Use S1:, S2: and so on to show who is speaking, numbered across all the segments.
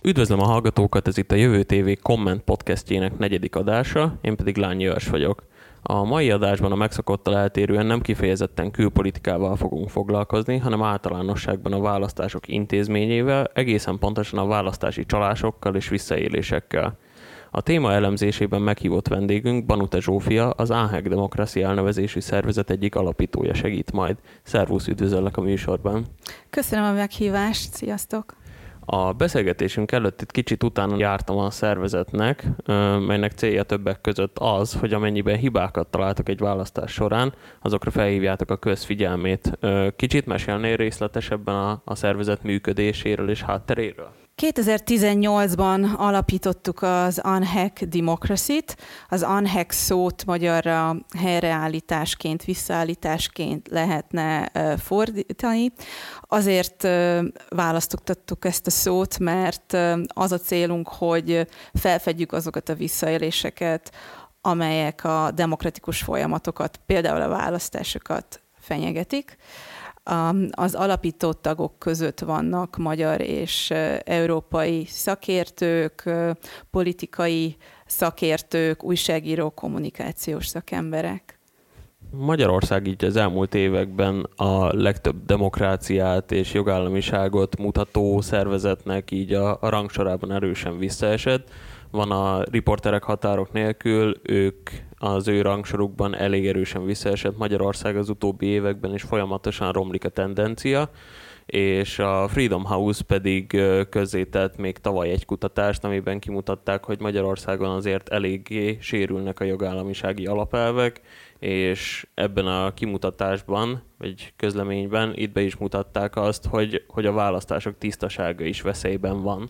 S1: Üdvözlöm a hallgatókat, ez itt a Jövő TV Komment podcastjének 4. adása, én pedig Lányi Örs vagyok. A mai adásban a megszokottal eltérően nem kifejezetten külpolitikával fogunk foglalkozni, hanem általánosságban a választások intézményével, egészen pontosan a választási csalásokkal és visszaélésekkel. A téma elemzésében meghívott vendégünk, Banuta Zsófia, az ANHEC Democracy elnevezésű szervezet egyik alapítója segít majd. Szervusz, üdvözöllek a műsorban!
S2: Köszönöm a meghívást, sziasztok!
S1: A beszélgetésünk előtt itt kicsit utána jártam a szervezetnek, melynek célja többek között az, hogy amennyiben hibákat találtak egy választás során, azokra felhívjátok a közfigyelmét. Kicsit mesélnél részletesebben a szervezet működéséről és hátteréről?
S2: 2018-ban alapítottuk az ANHEC Democracy-t. Az ANHEC szót magyarra helyreállításként, visszaállításként lehetne fordítani. Azért választottuk ezt a szót, mert az a célunk, hogy felfedjük azokat a visszaéléseket, amelyek a demokratikus folyamatokat, például a választásokat fenyegetik. Az alapító tagok között vannak magyar és európai szakértők, politikai szakértők, újságírók, kommunikációs szakemberek.
S1: Magyarország így az elmúlt években a legtöbb demokráciát és jogállamiságot mutató szervezetnek így a rangsorában erősen visszaesett. Van a Riporterek határok nélkül, az ő rangsorukban elég erősen visszaesett. Magyarország az utóbbi években is folyamatosan romlik a tendencia, és a Freedom House pedig közzétett még tavaly egy kutatást, amiben kimutatták, hogy Magyarországon azért eléggé sérülnek a jogállamisági alapelvek, és ebben a kimutatásban, vagy közleményben itt be is mutatták azt, hogy a választások tisztasága is veszélyben van.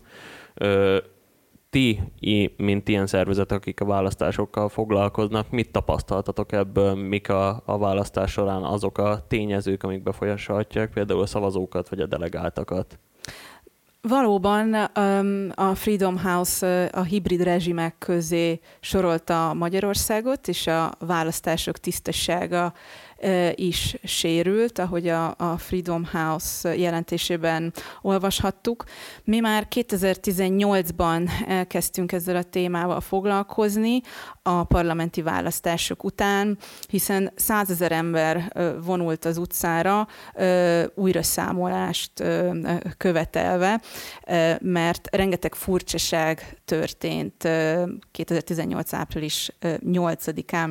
S1: Ti, mint ilyen szervezet, akik a választásokkal foglalkoznak, mit tapasztaltatok ebből, mik a választás során azok a tényezők, amik befolyásolhatják például a szavazókat vagy a delegáltakat?
S2: Valóban a Freedom House a hibrid rezsimek közé sorolta Magyarországot, és a választások tisztasága is sérült, ahogy a Freedom House jelentésében olvashattuk. Mi már 2018-ban elkezdtünk ezzel a témával foglalkozni a parlamenti választások után, hiszen 100 000 ember vonult az utcára újraszámolást követelve, mert rengeteg furcsaság történt 2018. április 8-án.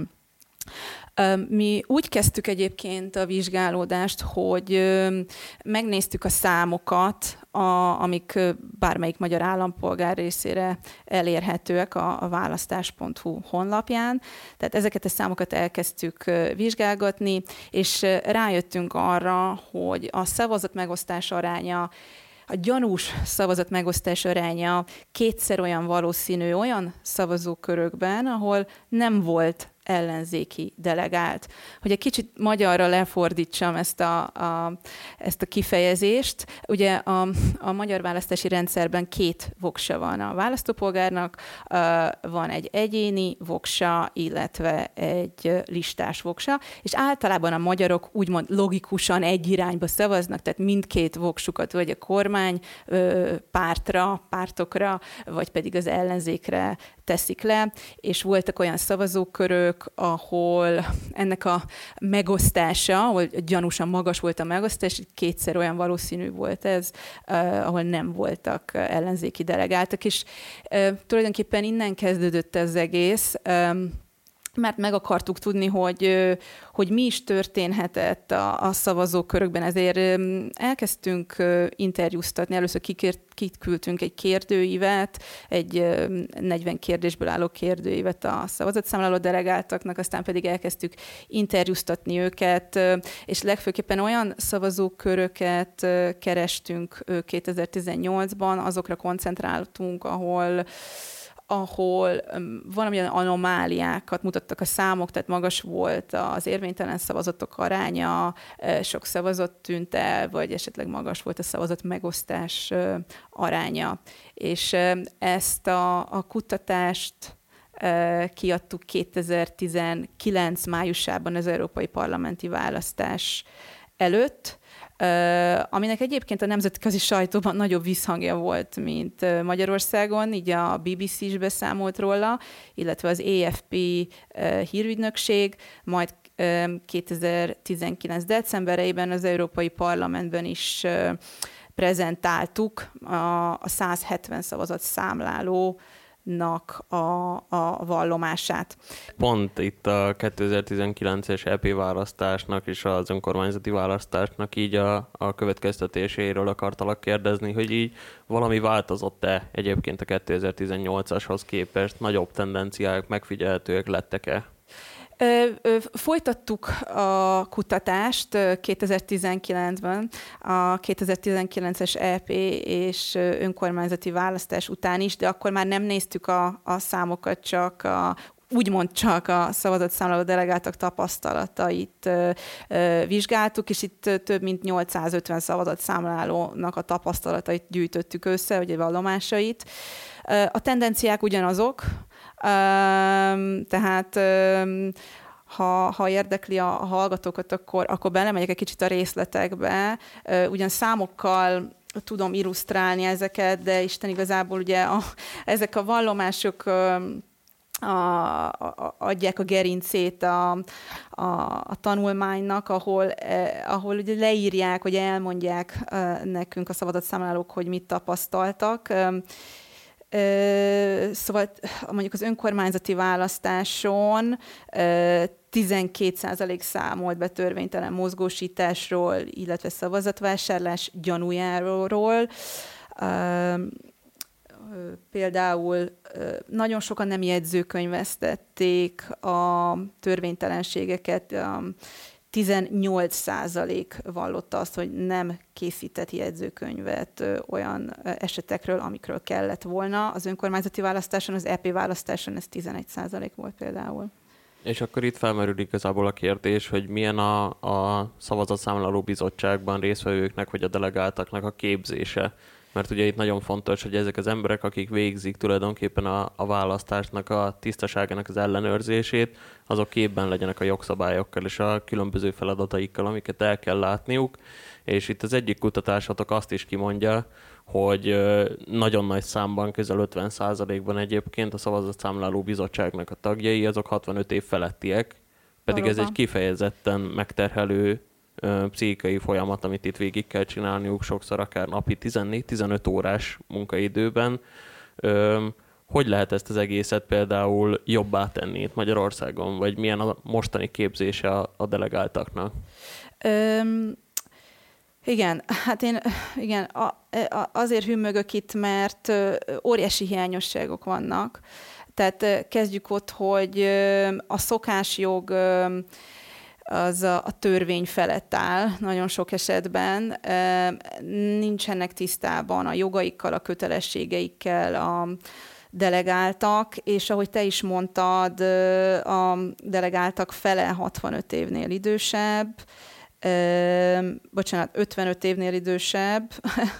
S2: Mi úgy kezdtük egyébként a vizsgálódást, hogy megnéztük a számokat, amik bármelyik magyar állampolgár részére elérhetőek a választás.hu honlapján. Tehát ezeket a számokat elkezdtük vizsgálgatni, és rájöttünk arra, hogy a szavazat megosztás aránya, a gyanús szavazat megosztás aránya kétszer olyan valószínű olyan szavazókörökben, ahol nem volt ellenzéki delegált. Hogy egy kicsit magyarra lefordítsam ezt a kifejezést, ugye a magyar választási rendszerben 2 voksa van a választópolgárnak, van egy egyéni voksa, illetve egy listás voksa, és általában a magyarok úgymond logikusan egy irányba szavaznak, tehát mindkét voksukat vagy a kormány pártokra, vagy pedig az ellenzékre teszik le, és voltak olyan szavazókörök, ahol ennek a megosztása, ahol gyanúsan magas volt a megosztás, kétszer olyan valószínű volt ez, ahol nem voltak ellenzéki delegáltak, és tulajdonképpen innen kezdődött az egész, mert meg akartuk tudni, hogy mi is történhetett a szavazókörökben, ezért elkezdtünk interjúztatni. Először kiküldtünk egy kérdőívet, egy 40 kérdésből álló kérdőívet a szavazatszámláló delegáltaknak, aztán pedig elkezdtük interjúztatni őket, és legfőképpen olyan szavazóköröket kerestünk 2018-ban, azokra koncentráltunk, ahol valamilyen anomáliákat mutattak a számok, tehát magas volt az érvénytelen szavazatok aránya, sok szavazat tűnt el, vagy esetleg magas volt a szavazat megosztás aránya. És ezt a kutatást kiadtuk 2019 májusában az európai parlamenti választás előtt, aminek egyébként a nemzetközi sajtóban nagyobb visszhangja volt, mint Magyarországon, így a BBC is beszámolt róla, illetve az AFP hírügynökség, majd 2019. decemberében az Európai Parlamentben is prezentáltuk a 170 szavazat számlálónak a vallomását.
S1: Pont itt a 2019-es EP választásnak és az önkormányzati választásnak így a következtetéséről akartalak kérdezni, hogy így valami változott-e egyébként a 2018-ashoz képest? Nagyobb tendenciák megfigyelhetőek lettek-e?
S2: Folytattuk a kutatást 2019-ben, a 2019-es EP és önkormányzati választás után is, de akkor már nem néztük a számokat, úgymond csak a szavazatszámláló delegáltak tapasztalatait vizsgáltuk, és itt több mint 850 szavazatszámlálónak a tapasztalatait gyűjtöttük össze, vagy a vallomásait. A tendenciák ugyanazok, tehát ha érdekli a hallgatókat, akkor belemegyek egy kicsit a részletekbe. Ugyan számokkal tudom illusztrálni ezeket, de Isten igazából ugye ezek a vallomások adják a gerincét a tanulmánynak, ahol ugye leírják, hogy elmondják nekünk a szavazatszámlálók, hogy mit tapasztaltak. Szóval mondjuk az önkormányzati választáson 12% számolt be törvénytelen mozgósításról, illetve szavazatvásárlás gyanújáról. Például nagyon sokan nem jegyzőkönyvesztették a törvénytelenségeket, 18% vallotta azt, hogy nem készített jegyzőkönyvet olyan esetekről, amikről kellett volna. Az önkormányzati választáson, az EP választáson ez 11% volt például.
S1: És akkor itt felmerül igazából a kérdés, hogy milyen a szavazatszámláló bizottságban résztvevőknek vagy a delegáltaknak a képzése. Mert ugye itt nagyon fontos, hogy ezek az emberek, akik végzik tulajdonképpen a választásnak a tisztaságának az ellenőrzését, azok képben legyenek a jogszabályokkal és a különböző feladataikkal, amiket el kell látniuk. És itt az egyik kutatásatok azt is kimondja, hogy nagyon nagy számban, közel 50%-ban egyébként a szavazatszámláló bizottságnak a tagjai, azok 65 év felettiek, pedig valóban. Ez egy kifejezetten megterhelő pszichikai folyamat, amit itt végig kell csinálniuk, sokszor akár napi 14-15 órás munkaidőben. Hogy lehet ezt az egészet például jobbá tenni itt Magyarországon, vagy milyen a mostani képzése a delegáltaknak?
S2: Igen, hát azért hümmögök itt, mert óriási hiányosságok vannak. Tehát kezdjük ott, hogy a szokásjog az a törvény felett áll nagyon sok esetben. Nincsenek tisztában a jogaikkal, a kötelességeikkel a delegáltak, és ahogy te is mondtad, a delegáltak fele 65 évnél idősebb, 55 évnél idősebb,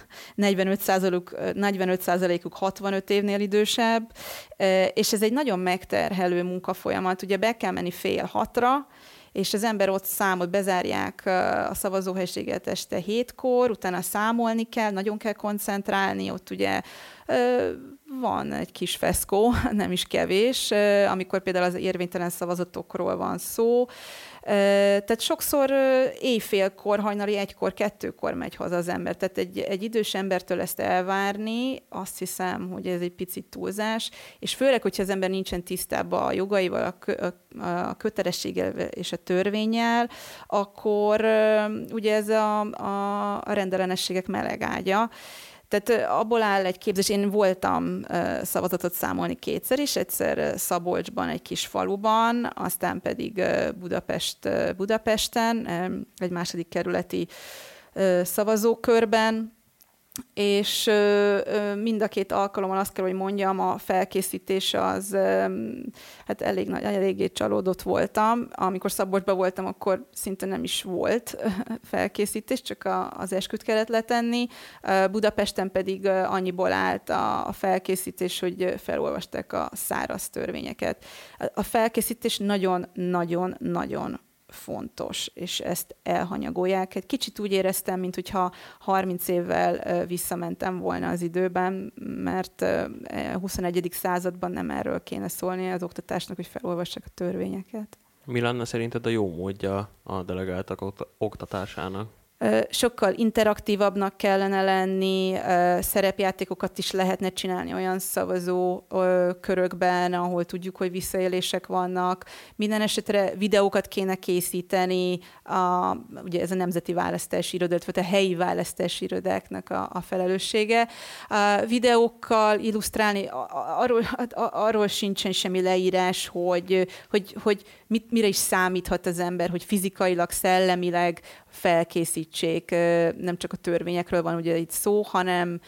S2: 45%-uk 65 évnél idősebb, és ez egy nagyon megterhelő munkafolyamat. Ugye be kell menni 5:30, és az ember ott számol, bezárják a szavazóhelységet este 7-kor, utána számolni kell, nagyon kell koncentrálni, ott ugye van egy kis feszkó, nem is kevés, amikor például az érvénytelen szavazatokról van szó. Tehát sokszor éjfélkor, hajnali 1-kor, 2-kor megy haza az ember. Tehát egy idős embertől ezt elvárni, azt hiszem, hogy ez egy picit túlzás, és főleg, hogyha az ember nincsen tisztában a jogaival, a kötelességgel és a törvénnyel, akkor ugye ez a rendellenességek melegágya. Tehát abból áll egy képzés, én voltam szavazatot számolni kétszer is, egyszer Szabolcsban, egy kis faluban, aztán pedig Budapesten, egy második kerületi szavazókörben, és mind a két alkalommal azt kell, hogy mondjam, a felkészítés az, hát eléggé csalódott voltam. Amikor Szabolcsban voltam, akkor szinte nem is volt felkészítés, csak az esküt kellett letenni. Budapesten pedig annyiból állt a felkészítés, hogy felolvasták a száraz törvényeket. A felkészítés nagyon-nagyon-nagyon fontos, és ezt elhanyagolják. Egy kicsit úgy éreztem, mintha 30 évvel visszamentem volna az időben, mert a 21. században nem erről kéne szólni az oktatásnak, hogy felolvassák a törvényeket.
S1: Mi lenne szerinted a jó módja a delegáltak oktatásának?
S2: Sokkal interaktívabbnak kellene lenni, szerepjátékokat is lehetne csinálni olyan szavazó körökben, ahol tudjuk, hogy visszaélések vannak. Minden esetre videókat kéne készíteni, ugye ez a nemzeti választási iroda, vagy a helyi választási irodáknak a felelőssége. Videókkal illusztrálni, arról sincsen semmi leírás, hogy mire is számíthat az ember, hogy fizikailag, szellemileg felkészítsék, nem csak a törvényekről van ugye itt szó, hanem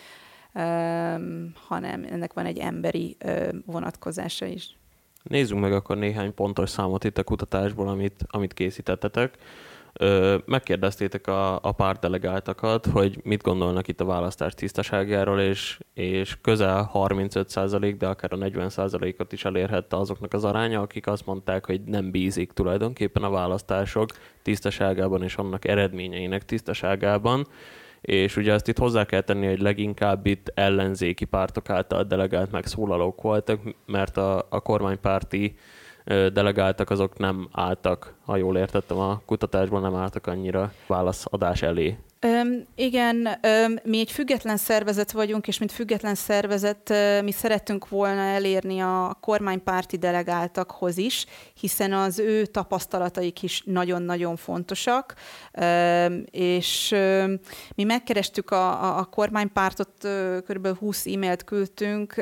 S2: ennek van egy emberi vonatkozása is.
S1: Nézzünk meg akkor néhány pontos számot itt a kutatásból, amit készítettetek. Megkérdeztétek a pártdelegáltakat, hogy mit gondolnak itt a választás tisztaságáról, és közel 35%, de akár a 40%-ot is elérhette azoknak az aránya, akik azt mondták, hogy nem bízik tulajdonképpen a választások tisztaságában és annak eredményeinek tisztaságában. És ugye azt itt hozzá kell tenni, hogy leginkább itt ellenzéki pártok által delegált megszólalók voltak, mert a kormánypárti delegáltak, azok nem álltak, ha jól értettem a kutatásban, nem álltak annyira válaszadás elé.
S2: Igen, mi egy független szervezet vagyunk, és mint független szervezet mi szerettünk volna elérni a kormánypárti delegáltakhoz is, hiszen az ő tapasztalataik is nagyon-nagyon fontosak, és mi megkerestük a kormánypártot, kb. 20 e-mailt küldtünk,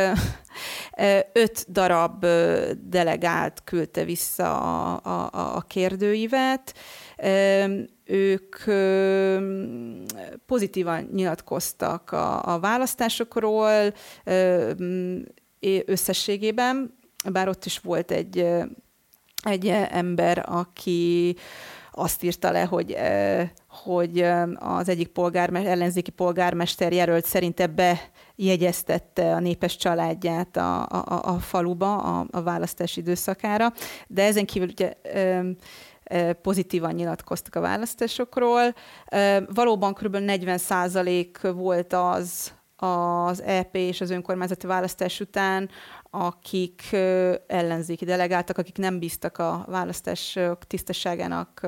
S2: 5 darab delegált küldte vissza a kérdőívet, ők pozitívan nyilatkoztak a választásokról összességében, bár ott is volt egy ember, aki azt írta le, hogy az egyik ellenzéki polgármester jelölt szerinte bejegyeztette a népes családját a faluba a választás időszakára, de ezen kívül ugye pozitívan nyilatkoztak a választásokról. Valóban kb. 40% volt az EP és az önkormányzati választás után, akik ellenzéki delegáltak, akik nem bíztak a választások tisztaságának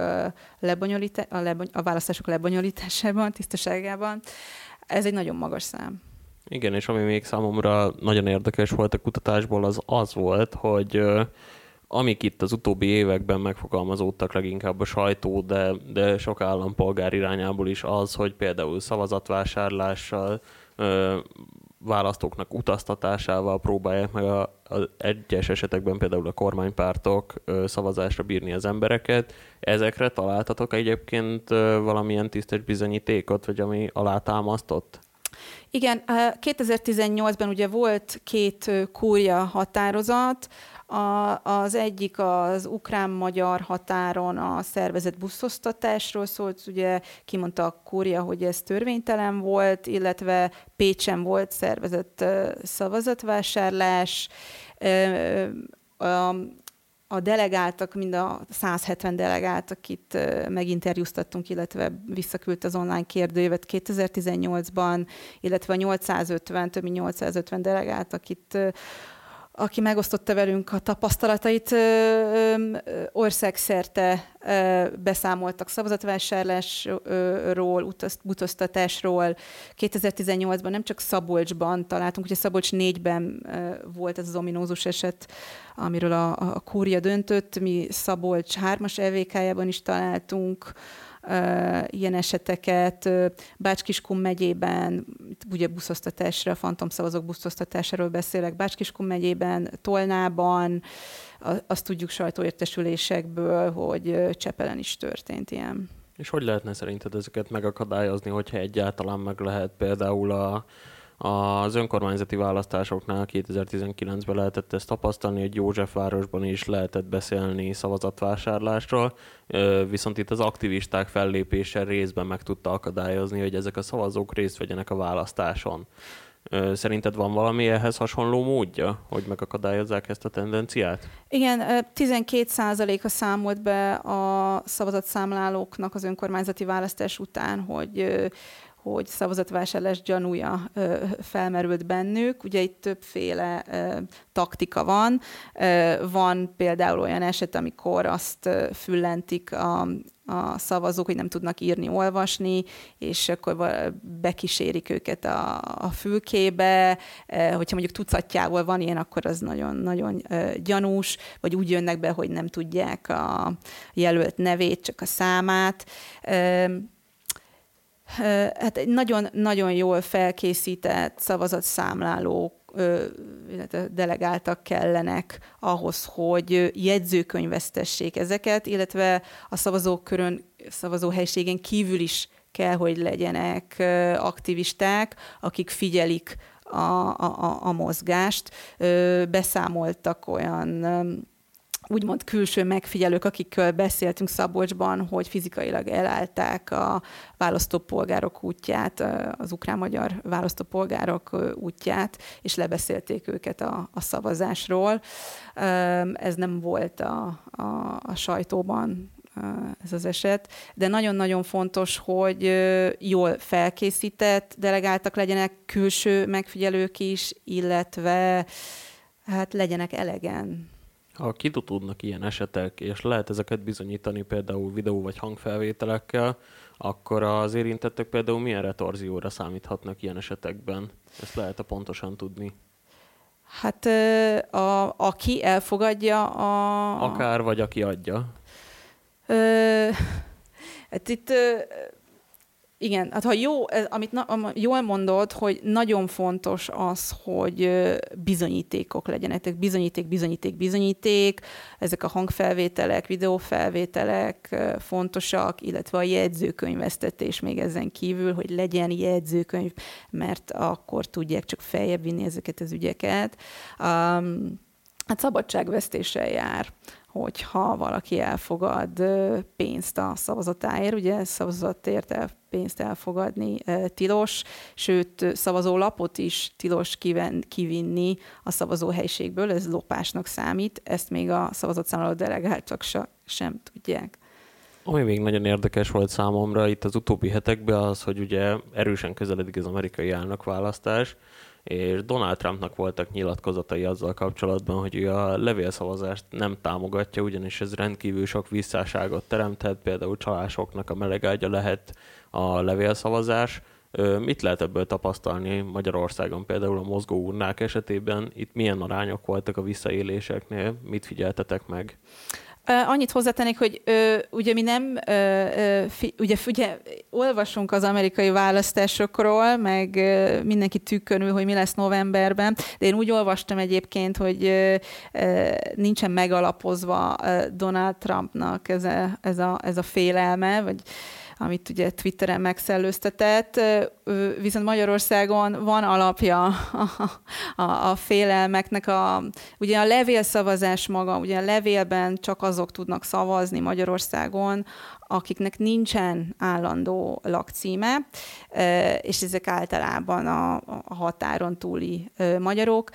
S2: a választások lebonyolításában, tisztaságában. Ez egy nagyon magas szám.
S1: Igen, és ami még számomra nagyon érdekes volt a kutatásból, az volt, hogy amik itt az utóbbi években megfogalmazódtak leginkább a sajtó, de sok állampolgár irányából is az, hogy például szavazatvásárlással, választóknak utaztatásával próbálják meg az egyes esetekben például a kormánypártok szavazásra bírni az embereket. Ezekre találtatok egyébként valamilyen tisztes bizonyítékot, vagy ami alátámasztott?
S2: Igen, 2018-ban ugye volt 2 kúria határozat, az egyik az ukrán-magyar határon a szervezett buszosztatásról szólt, ugye kimondta a kúria, hogy ez törvénytelen volt, illetve Pécsen volt szervezett szavazatvásárlás. A delegáltak, mind a 170 delegáltak, akit meginterjúztattunk, illetve visszaküldte az online kérdőívet 2018-ban, illetve a 850, több mint 850 delegált, aki megosztotta velünk a tapasztalatait, országszerte beszámoltak szavazatvásárlásról, utaztatásról. 2018-ban nem csak Szabolcsban találtunk, ugye Szabolcs 4-ben volt ez az ominózus eset, amiről a kúria döntött, mi Szabolcs 3-as EVK-jában is találtunk ilyen eseteket. Bács-Kiskun megyében, ugye buszosztatásra, fantomszavazók buszosztatásáról beszélek, Bács-Kiskun megyében, Tolnában, azt tudjuk sajtóértesülésekből, hogy Csepelen is történt ilyen.
S1: És hogy lehetne szerinted ezeket megakadályozni, hogyha egyáltalán meg lehet például az önkormányzati választásoknál 2019-ben lehetett ezt tapasztalni, hogy Józsefvárosban is lehetett beszélni szavazatvásárlásról, viszont itt az aktivisták fellépése részben meg tudta akadályozni, hogy ezek a szavazók részt vegyenek a választáson. Szerinted van valami ehhez hasonló módja, hogy megakadályozzák ezt a tendenciát?
S2: Igen, 12%-a számolt be a szavazatszámlálóknak az önkormányzati választás után, hogy szavazatvásárlás gyanúja felmerült bennük. Ugye itt többféle taktika van. Van például olyan eset, amikor azt füllentik a szavazók, hogy nem tudnak írni, olvasni, és akkor bekísérik őket a fülkébe. Hogyha mondjuk tucatjával van ilyen, akkor az nagyon-nagyon gyanús, vagy úgy jönnek be, hogy nem tudják a jelölt nevét, csak a számát. Hát egy nagyon jól felkészített szavazatszámlálók, illetve delegáltak kellenek ahhoz, hogy jegyzőkönyvesztessék ezeket, illetve a szavazóhelységen kívül is kell, hogy legyenek aktivisták, akik figyelik a mozgást. Beszámoltak olyan úgymond külső megfigyelők, akikkel beszéltünk Szabolcsban, hogy fizikailag elállták a választópolgárok útját, az ukrán-magyar választópolgárok útját, és lebeszélték őket a szavazásról. Ez nem volt a sajtóban ez az eset, de nagyon-nagyon fontos, hogy jól felkészített delegáltak legyenek, külső megfigyelők is, illetve hát legyenek elegen.
S1: Ha kidutódnak ilyen esetek, és lehet ezeket bizonyítani például videó vagy hangfelvételekkel, akkor az érintettek például milyen retorzióra számíthatnak ilyen esetekben? Ezt lehet pontosan tudni.
S2: Hát aki elfogadja
S1: Akár, vagy aki adja.
S2: Hát itt... Igen, hát ha amit jól mondod, hogy nagyon fontos az, hogy bizonyítékok legyenek. Bizonyíték. Ezek a hangfelvételek, videófelvételek fontosak, illetve a jegyzőkönyvesztetés még ezen kívül, hogy legyen jegyzőkönyv, mert akkor tudják csak feljebb vinni ezeket az ügyeket. Hát szabadságvesztéssel jár, hogyha valaki elfogad pénzt a szavazatáért, ugye szavazatért pénzt elfogadni tilos, sőt szavazólapot is tilos kivinni a szavazóhelyiségből, ez lopásnak számít, ezt még a szavazatszámláló delegáltak sem tudják.
S1: Ami még nagyon érdekes volt számomra itt az utóbbi hetekben az, hogy ugye erősen közeledik az amerikai elnökválasztás, és Donald Trumpnak voltak nyilatkozatai azzal kapcsolatban, hogy ő a levélszavazást nem támogatja, ugyanis ez rendkívül sok visszásságot teremthet, például csalásoknak a melegágya lehet a levélszavazás. Mit lehet ebből tapasztalni Magyarországon, például a mozgóurnák esetében? Itt milyen arányok voltak a visszaéléseknél? Mit figyeltetek meg?
S2: Annyit hozzátennék, hogy ugye mi nem, ugye olvasunk az amerikai választásokról, meg mindenki tükkönül, hogy mi lesz novemberben, de én úgy olvastam egyébként, hogy nincsen megalapozva Donald Trumpnak ez a félelme, vagy amit ugye Twitteren megszellőztetett, viszont Magyarországon van alapja a félelmeknek. Ugye a levélszavazás maga, ugye a levélben csak azok tudnak szavazni Magyarországon, akiknek nincsen állandó lakcíme, és ezek általában a határon túli magyarok.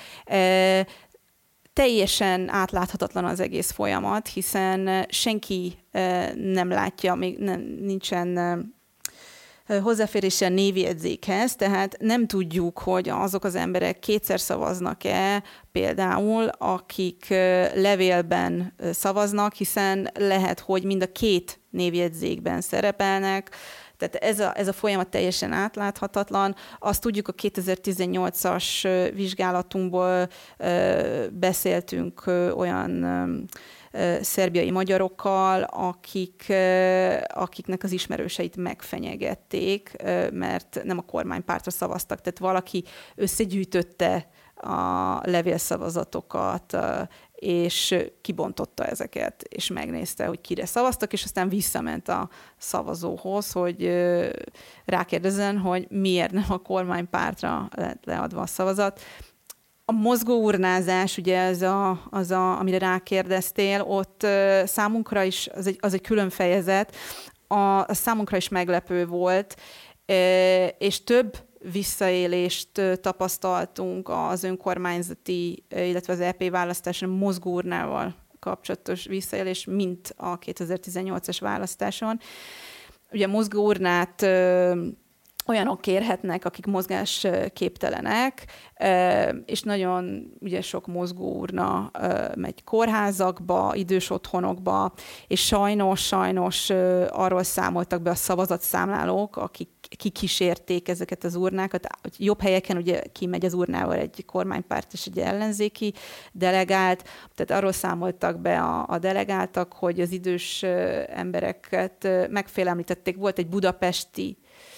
S2: Teljesen átláthatatlan az egész folyamat, hiszen senki nem látja, még nincsen hozzáférése névjegyzékhez, tehát nem tudjuk, hogy azok az emberek kétszer szavaznak-e például, akik levélben szavaznak, hiszen lehet, hogy mind a két névjegyzékben szerepelnek. Tehát ez a folyamat teljesen átláthatatlan. Azt tudjuk, a 2018-as vizsgálatunkból beszéltünk olyan szerbiai magyarokkal, akiknek az ismerőseit megfenyegették, mert nem a kormánypártra szavaztak. Tehát valaki összegyűjtötte a levélszavazatokat, és kibontotta ezeket, és megnézte, hogy kire szavaztak, és aztán visszament a szavazóhoz, hogy rákérdezzen, hogy miért nem a kormánypártra lett leadva a szavazat. A mozgóurnázás, ugye amire rákérdeztél, ott számunkra is, az egy külön fejezet, a számunkra is meglepő volt, és több visszaélést tapasztaltunk az önkormányzati, illetve az EP választáson mozgóurnával kapcsolatos visszaélés, mint a 2018-as választáson. Ugye mozgóurnát olyanok kérhetnek, akik mozgásképtelenek, és nagyon ugye sok mozgóurna megy kórházakba, idős otthonokba, és sajnos arról számoltak be a szavazatszámlálók, akik kikísérték ezeket az urnákat. Jobb helyeken ugye kimegy az urnával egy kormánypárt és egy ellenzéki delegált, tehát arról számoltak be a delegáltak, hogy az idős embereket megfélemlítették. Volt egy budapesti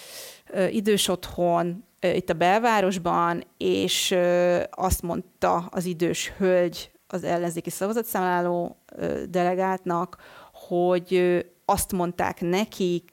S2: idős otthon itt a belvárosban, és azt mondta az idős hölgy az ellenzéki szavazatszámláló delegáltnak, hogy azt mondták nekik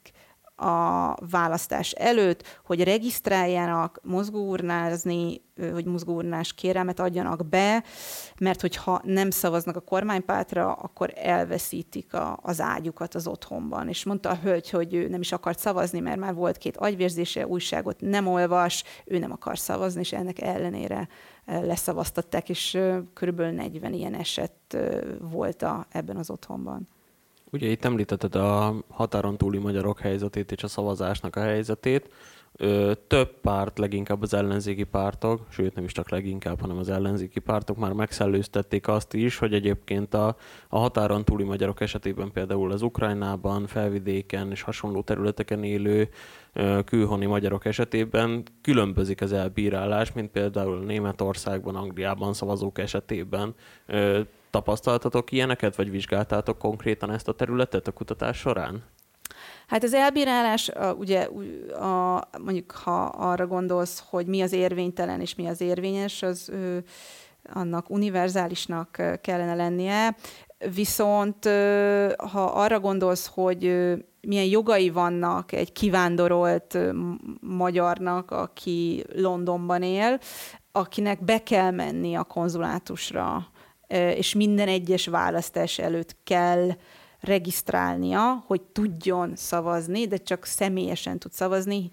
S2: a választás előtt, hogy regisztráljanak mozgóurnázni, hogy mozgóurnás kérelmet adjanak be, mert hogyha nem szavaznak a kormánypártra, akkor elveszítik az ágyukat az otthonban. És mondta a hölgy, hogy ő nem is akart szavazni, mert már volt 2 agyvérzése, újságot nem olvas, ő nem akar szavazni, és ennek ellenére leszavaztatták, és körülbelül 40 ilyen eset volt ebben az otthonban.
S1: Ugye itt említetted a határon túli magyarok helyzetét és a szavazásnak a helyzetét. Több párt, leginkább az ellenzéki pártok, sőt nem is csak leginkább, hanem az ellenzéki pártok már megszellőztették azt is, hogy egyébként a határon túli magyarok esetében például az Ukrajnában, Felvidéken és hasonló területeken élő külhoni magyarok esetében különbözik az elbírálás, mint például Németországban, Angliában szavazók esetében. Tapasztaltatok ilyeneket, vagy vizsgáltátok konkrétan ezt a területet a kutatás során?
S2: Hát az elbírálás, ugye mondjuk ha arra gondolsz, hogy mi az érvénytelen és mi az érvényes, az annak univerzálisnak kellene lennie. Viszont ha arra gondolsz, hogy milyen jogai vannak egy kivándorolt magyarnak, aki Londonban él, akinek be kell menni a konzulátusra, és minden egyes választás előtt kell regisztrálnia, hogy tudjon szavazni, de csak személyesen tud szavazni.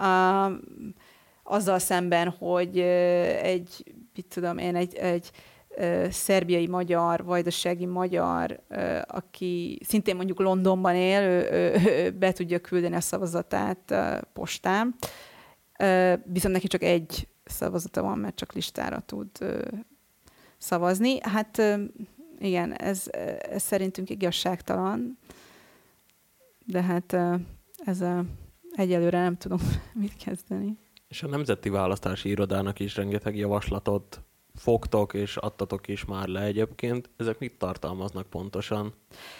S2: Azzal szemben, hogy egy szerbiai magyar, vajdasági magyar, aki szintén mondjuk Londonban él, ő be tudja küldeni a szavazatát postán. Viszont neki csak egy szavazata van, mert csak listára tud szavazni. Hát igen, ez szerintünk igazságtalan, de hát egyelőre nem tudom mit kezdeni.
S1: És a Nemzeti Választási Irodának is rengeteg javaslatot fogtok, és adtatok is már le egyébként. Ezek mit tartalmaznak pontosan?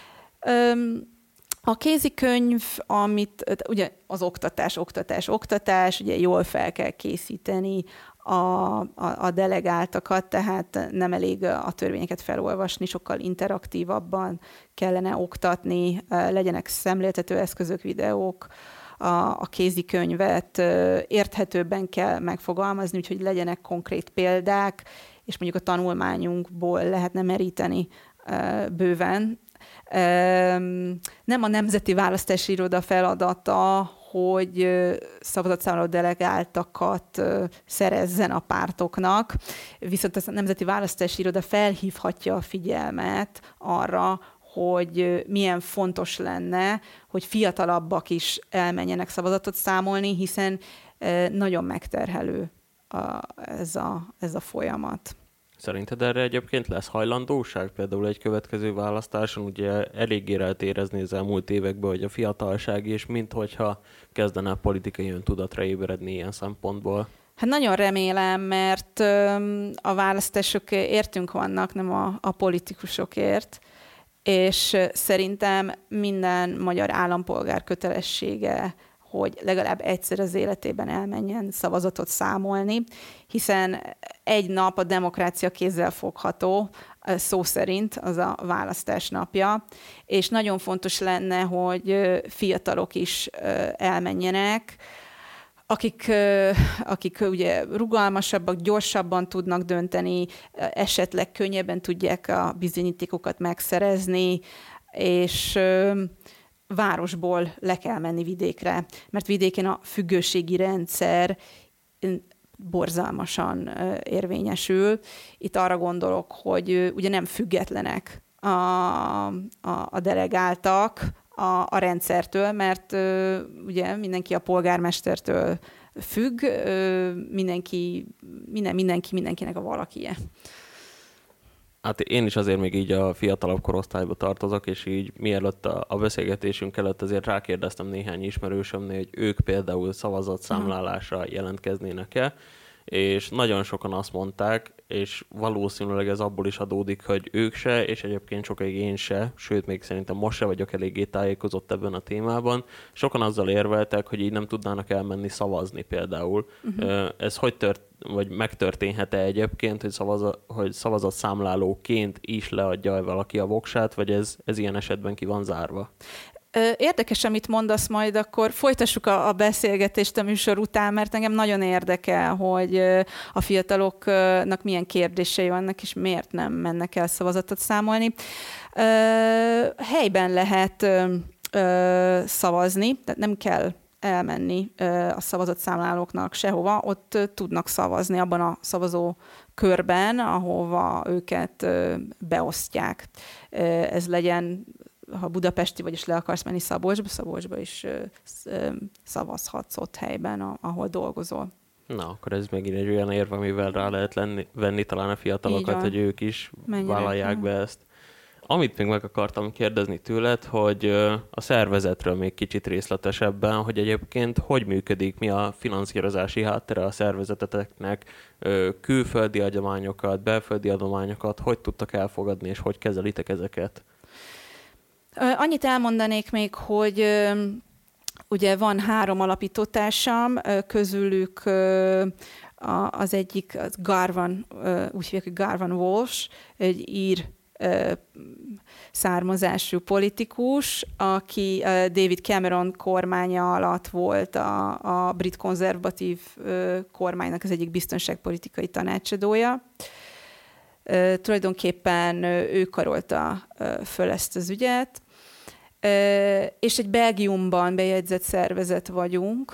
S2: A kézikönyv, amit ugye az oktatás, ugye jól fel kell készíteni a delegáltakat, tehát nem elég a törvényeket felolvasni, sokkal interaktívabban kellene oktatni, legyenek szemléltető eszközök, videók, a kézikönyvet érthetőbben kell megfogalmazni, úgyhogy legyenek konkrét példák, és mondjuk a tanulmányunkból lehetne meríteni bőven. Nem a Nemzeti Választási Iroda feladata, hogy szavazatszámláló delegáltakat szerezzen a pártoknak, viszont a Nemzeti Választási Iroda felhívhatja a figyelmet arra, hogy milyen fontos lenne, hogy fiatalabbak is elmenjenek szavazatot számolni, hiszen nagyon megterhelő ez a folyamat.
S1: Szerinted erre egyébként lesz hajlandóság? Például egy következő választáson ugye eléggé lehet érezni az elmúlt években, hogy a fiatalság is, minthogyha kezdene a politikai öntudatra ébredni ilyen szempontból.
S2: Hát nagyon remélem, mert a választások értünk vannak, nem a politikusokért, és szerintem minden magyar állampolgár kötelessége, hogy legalább egyszer az életében elmenjen szavazatot számolni, hiszen egy nap a demokrácia kézzel fogható, szó szerint az a választás napja, és nagyon fontos lenne, hogy fiatalok is elmenjenek, akik ugye rugalmasabbak, gyorsabban tudnak dönteni, esetleg könnyebben tudják a bizonyítékokat megszerezni, és városból le kell menni vidékre, mert vidéken a függőségi rendszer borzalmasan érvényesül. Itt arra gondolok, hogy ugye nem függetlenek a delegáltak a rendszertől, mert ugye mindenki a polgármestertől függ, mindenkinek a valakije.
S1: Hát én is azért még így a fiatalabb korosztályba tartozok, és így mielőtt a beszélgetésünk előtt azért rákérdeztem néhány ismerősömnél, hogy ők például szavazatszámlálásra jelentkeznének-e, és nagyon sokan azt mondták, és valószínűleg ez abból is adódik, hogy ők se, és egyébként sokáig én se, sőt, még szerintem most se vagyok eléggé tájékozott ebben a témában. Sokan azzal érveltek, hogy így nem tudnának elmenni szavazni például. Ez vagy megtörténhet-e egyébként, hogy szavazatszámlálóként is leadja valaki a voksát, vagy ez ilyen esetben ki van zárva?
S2: Érdekes, amit mondasz, majd akkor folytassuk a beszélgetést a műsor után, mert engem nagyon érdekel, hogy a fiataloknak milyen kérdései vannak, és miért nem mennek el szavazatot számolni. Helyben lehet szavazni, tehát nem kell elmenni a szavazatszámlálóknak sehova, ott tudnak szavazni abban a szavazó körben, ahova őket beosztják. Ez legyen, ha budapesti vagy is le akarsz menni Szabolcsba is szavazhatsz ott helyben, ahol dolgozol.
S1: Na, akkor ez megint egy olyan érv, amivel rá lehet venni talán a fiatalokat, hogy ők is vállalják be ezt. Amit még meg akartam kérdezni tőled, hogy a szervezetről még kicsit részletesebben, hogy egyébként hogy működik, mi a finanszírozási háttere a szervezeteteknek, külföldi adományokat, belföldi adományokat, hogy tudtak elfogadni, és hogy kezelitek ezeket?
S2: Annyit elmondanék még, hogy ugye van 3 alapítótársam, közülük az egyik az Garvan, úgy hívják, hogy Garvan Walsh, egy ír származású politikus, aki David Cameron kormánya alatt volt a brit konzervatív kormánynak az egyik biztonságpolitikai tanácsadója. Tulajdonképpen ő karolta föl ezt az ügyet, és egy Belgiumban bejegyzett szervezet vagyunk.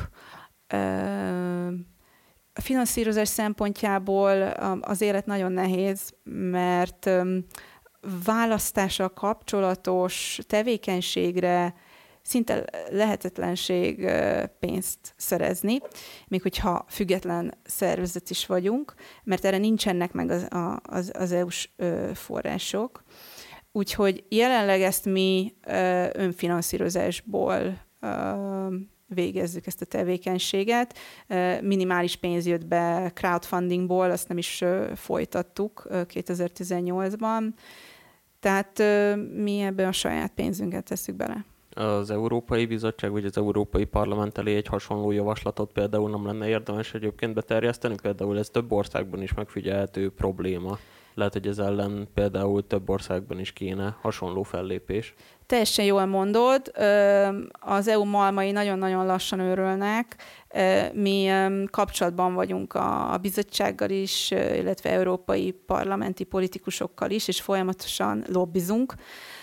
S2: A finanszírozás szempontjából az élet nagyon nehéz, mert választással kapcsolatos tevékenységre szinte lehetetlenség pénzt szerezni, még hogyha független szervezet is vagyunk, mert erre nincsenek meg az EU-s források. Úgyhogy jelenleg ezt mi önfinanszírozásból végezzük ezt a tevékenységet. Minimális pénz jött be crowdfundingból, azt nem is folytattuk 2018-ban. Tehát mi ebben a saját pénzünket tesszük bele.
S1: Az Európai Bizottság vagy az Európai Parlament elé egy hasonló javaslatot például nem lenne érdemes egyébként beterjeszteni? Például ez több országban is megfigyelhető probléma. Lehet, hogy ez ellen például több országban is kéne hasonló fellépés.
S2: Teljesen jól mondod. Az EU malmai nagyon-nagyon lassan őrölnek. Mi kapcsolatban vagyunk a bizottsággal is, illetve európai parlamenti politikusokkal is, és folyamatosan lobbizunk.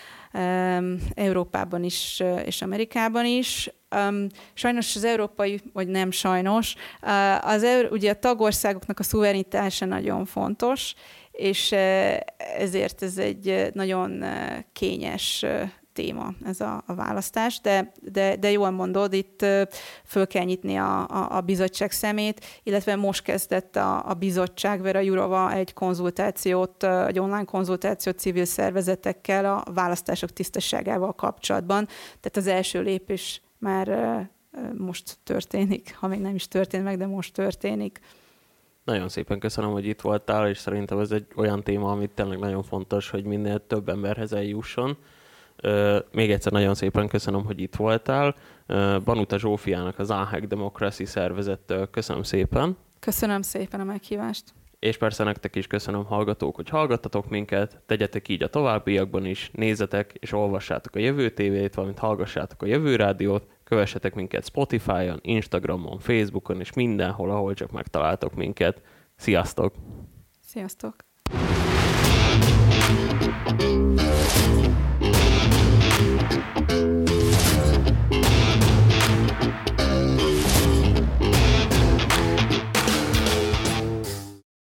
S2: Európában is, és Amerikában is. Sajnos az európai, vagy nem sajnos, ugye a tagországoknak a szuverenitása nagyon fontos, és ezért ez egy nagyon kényes téma, ez a választás, de jól mondod, itt föl kell nyitni a bizottság szemét, illetve most kezdett a bizottság, Vera Jourova egy konzultációt, egy online konzultációt civil szervezetekkel a választások tisztaságával kapcsolatban. Tehát az első lépés már most történik, ha még nem is történt meg, de most történik.
S1: Nagyon szépen köszönöm, hogy itt voltál, és szerintem ez egy olyan téma, amit tényleg nagyon fontos, hogy minél több emberhez eljusson. Még egyszer nagyon szépen köszönöm, hogy itt voltál. Banuta Zsófiának az AHEG Democracy szervezettől köszönöm szépen.
S2: Köszönöm szépen a meghívást.
S1: És persze nektek is köszönöm, hallgatók, hogy hallgattatok minket, tegyetek így a továbbiakban is, nézzetek és olvassátok a Jövő TV-t, valamint hallgassátok a Jövő Rádiót, kövessetek minket Spotify-on, Instagramon, Facebookon és mindenhol, ahol csak megtaláltok minket. Sziasztok!
S2: Sziasztok!
S3: Thank you.